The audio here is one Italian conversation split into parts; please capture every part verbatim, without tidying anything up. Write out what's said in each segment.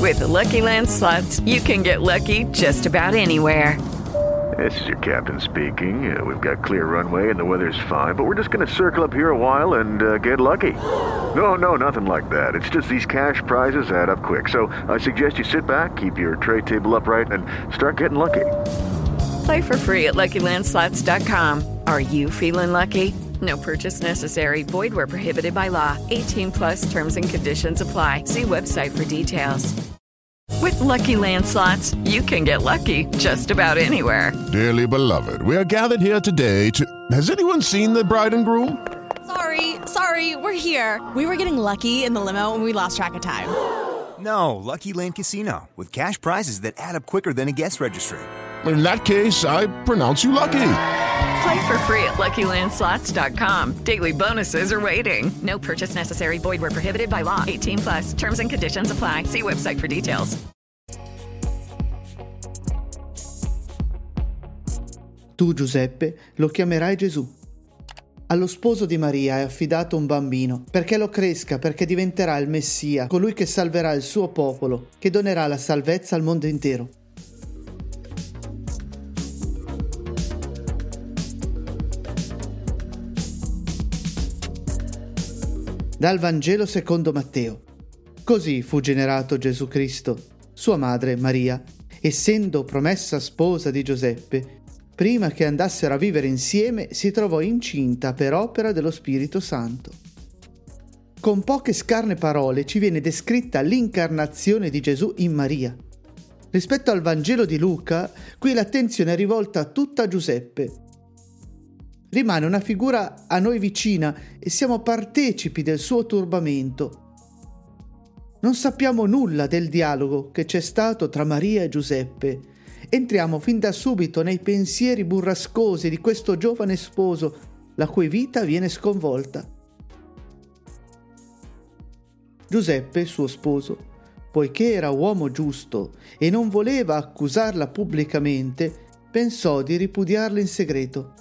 With Lucky Land Slots, you can get lucky just about anywhere. This is your captain speaking. Uh, we've got clear runway and the weather's fine, but we're just going to circle up here a while and uh, get lucky. No, no, nothing like that. It's just these cash prizes add up quick. So I suggest you sit back, keep your tray table upright, and start getting lucky. Play for free at Lucky Land Slots dot com. Are you feeling lucky? No purchase necessary. Void where prohibited by law. eighteen plus terms and conditions apply. See website for details. With Lucky Land Slots, you can get lucky just about anywhere. Dearly beloved, we are gathered here today to... Has anyone seen the bride and groom? Sorry, sorry, we're here. We were getting lucky in the limo and we lost track of time. No, Lucky Land Casino, with cash prizes that add up quicker than a guest registry. In that case, I pronounce you lucky. Play for free at Lucky Land Slots dot com. Daily bonuses are waiting. No purchase necessary. Void where prohibited by law. eighteen plus. Terms and conditions apply. See website for details. Tu, Giuseppe, lo chiamerai Gesù. Allo sposo di Maria è affidato un bambino, perché lo cresca, perché diventerà il Messia, colui che salverà il suo popolo, che donerà la salvezza al mondo intero. Dal Vangelo secondo Matteo. Così fu generato Gesù Cristo. Sua madre, Maria, essendo promessa sposa di Giuseppe, prima che andassero a vivere insieme, si trovò incinta per opera dello Spirito Santo. Con poche scarne parole ci viene descritta l'incarnazione di Gesù in Maria. Rispetto al Vangelo di Luca, qui l'attenzione è rivolta tutta a Giuseppe. Rimane una figura a noi vicina e siamo partecipi del suo turbamento. Non sappiamo nulla del dialogo che c'è stato tra Maria e Giuseppe. Entriamo fin da subito nei pensieri burrascosi di questo giovane sposo, la cui vita viene sconvolta. Giuseppe, suo sposo, poiché era uomo giusto e non voleva accusarla pubblicamente, pensò di ripudiarla in segreto.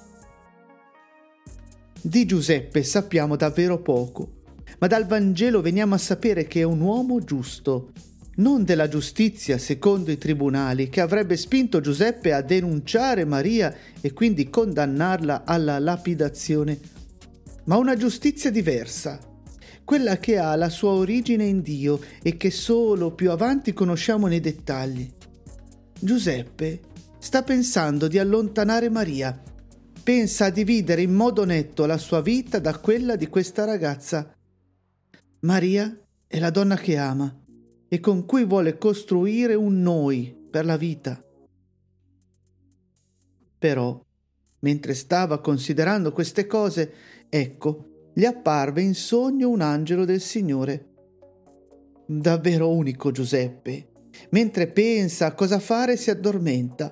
Di Giuseppe sappiamo davvero poco, ma dal Vangelo veniamo a sapere che è un uomo giusto, non della giustizia secondo i tribunali, che avrebbe spinto Giuseppe a denunciare Maria e quindi condannarla alla lapidazione, ma una giustizia diversa, quella che ha la sua origine in Dio e che solo più avanti conosciamo nei dettagli. Giuseppe sta pensando di allontanare Maria, pensa a dividere in modo netto la sua vita da quella di questa ragazza. Maria è la donna che ama e con cui vuole costruire un noi per la vita. Però, mentre stava considerando queste cose, ecco, gli apparve in sogno un angelo del Signore. Davvero unico Giuseppe. Mentre pensa a cosa fare si addormenta.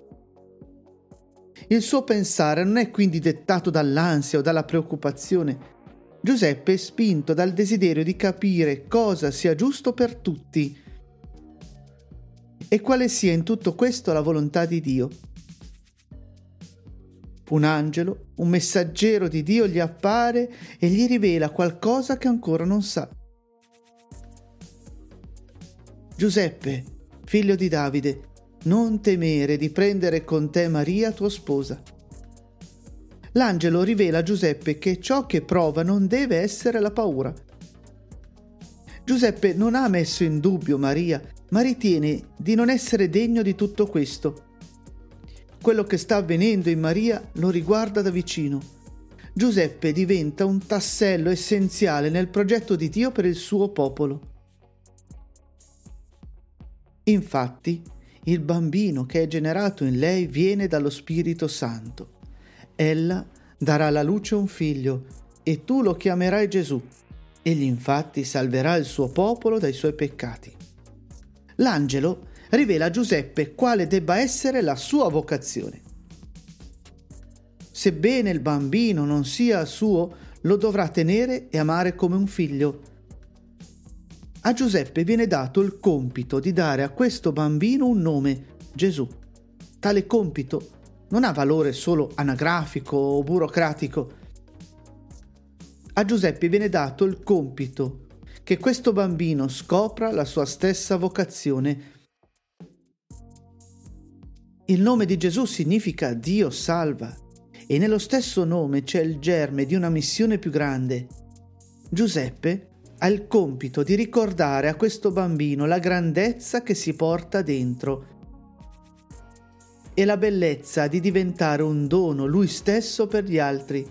Il suo pensare non è quindi dettato dall'ansia o dalla preoccupazione. Giuseppe è spinto dal desiderio di capire cosa sia giusto per tutti e quale sia in tutto questo la volontà di Dio. Un angelo, un messaggero di Dio gli appare e gli rivela qualcosa che ancora non sa. Giuseppe, figlio di Davide, non temere di prendere con te Maria, tua sposa. L'angelo rivela a Giuseppe che ciò che prova non deve essere la paura. Giuseppe non ha messo in dubbio Maria, ma ritiene di non essere degno di tutto questo. Quello che sta avvenendo in Maria lo riguarda da vicino. Giuseppe diventa un tassello essenziale nel progetto di Dio per il suo popolo. Infatti, il bambino che è generato in lei viene dallo Spirito Santo. Ella darà alla luce un figlio e tu lo chiamerai Gesù. Egli infatti salverà il suo popolo dai suoi peccati. L'angelo rivela a Giuseppe quale debba essere la sua vocazione. Sebbene il bambino non sia suo, lo dovrà tenere e amare come un figlio. A Giuseppe viene dato il compito di dare a questo bambino un nome, Gesù. Tale compito non ha valore solo anagrafico o burocratico. A Giuseppe viene dato il compito che questo bambino scopra la sua stessa vocazione. Il nome di Gesù significa Dio salva, e nello stesso nome c'è il germe di una missione più grande. Giuseppe ha il compito di ricordare a questo bambino la grandezza che si porta dentro e la bellezza di diventare un dono lui stesso per gli altri.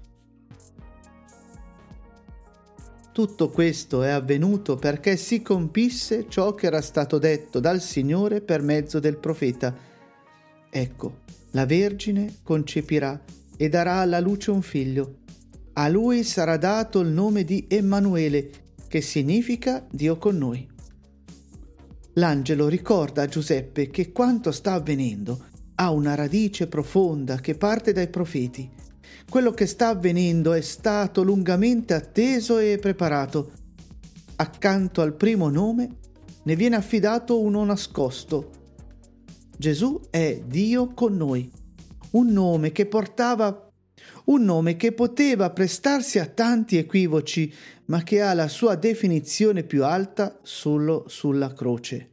Tutto questo è avvenuto perché si compisse ciò che era stato detto dal Signore per mezzo del profeta. Ecco, la Vergine concepirà e darà alla luce un figlio. A lui sarà dato il nome di Emanuele, che significa Dio con noi. L'angelo ricorda a Giuseppe che quanto sta avvenendo ha una radice profonda che parte dai profeti. Quello che sta avvenendo è stato lungamente atteso e preparato. Accanto al primo nome ne viene affidato uno nascosto. Gesù è Dio con noi, un nome che portava, un nome che poteva prestarsi a tanti equivoci, ma che ha la sua definizione più alta solo sulla croce.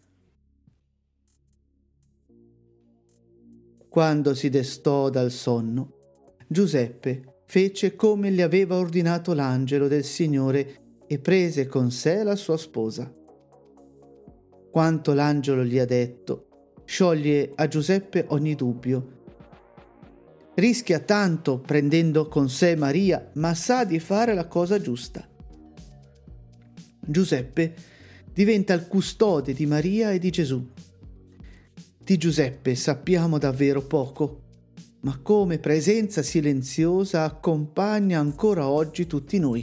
Quando si destò dal sonno, Giuseppe fece come gli aveva ordinato l'angelo del Signore e prese con sé la sua sposa. Quanto l'angelo gli ha detto, scioglie a Giuseppe ogni dubbio. Rischia tanto prendendo con sé Maria, ma sa di fare la cosa giusta. Giuseppe diventa il custode di Maria e di Gesù. Di Giuseppe sappiamo davvero poco, ma come presenza silenziosa accompagna ancora oggi tutti noi.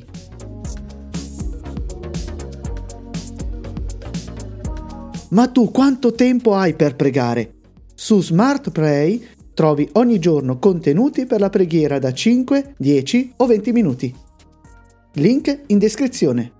Ma tu quanto tempo hai per pregare? Su Smart Pray trovi ogni giorno contenuti per la preghiera da cinque, dieci o venti minuti. Link in descrizione.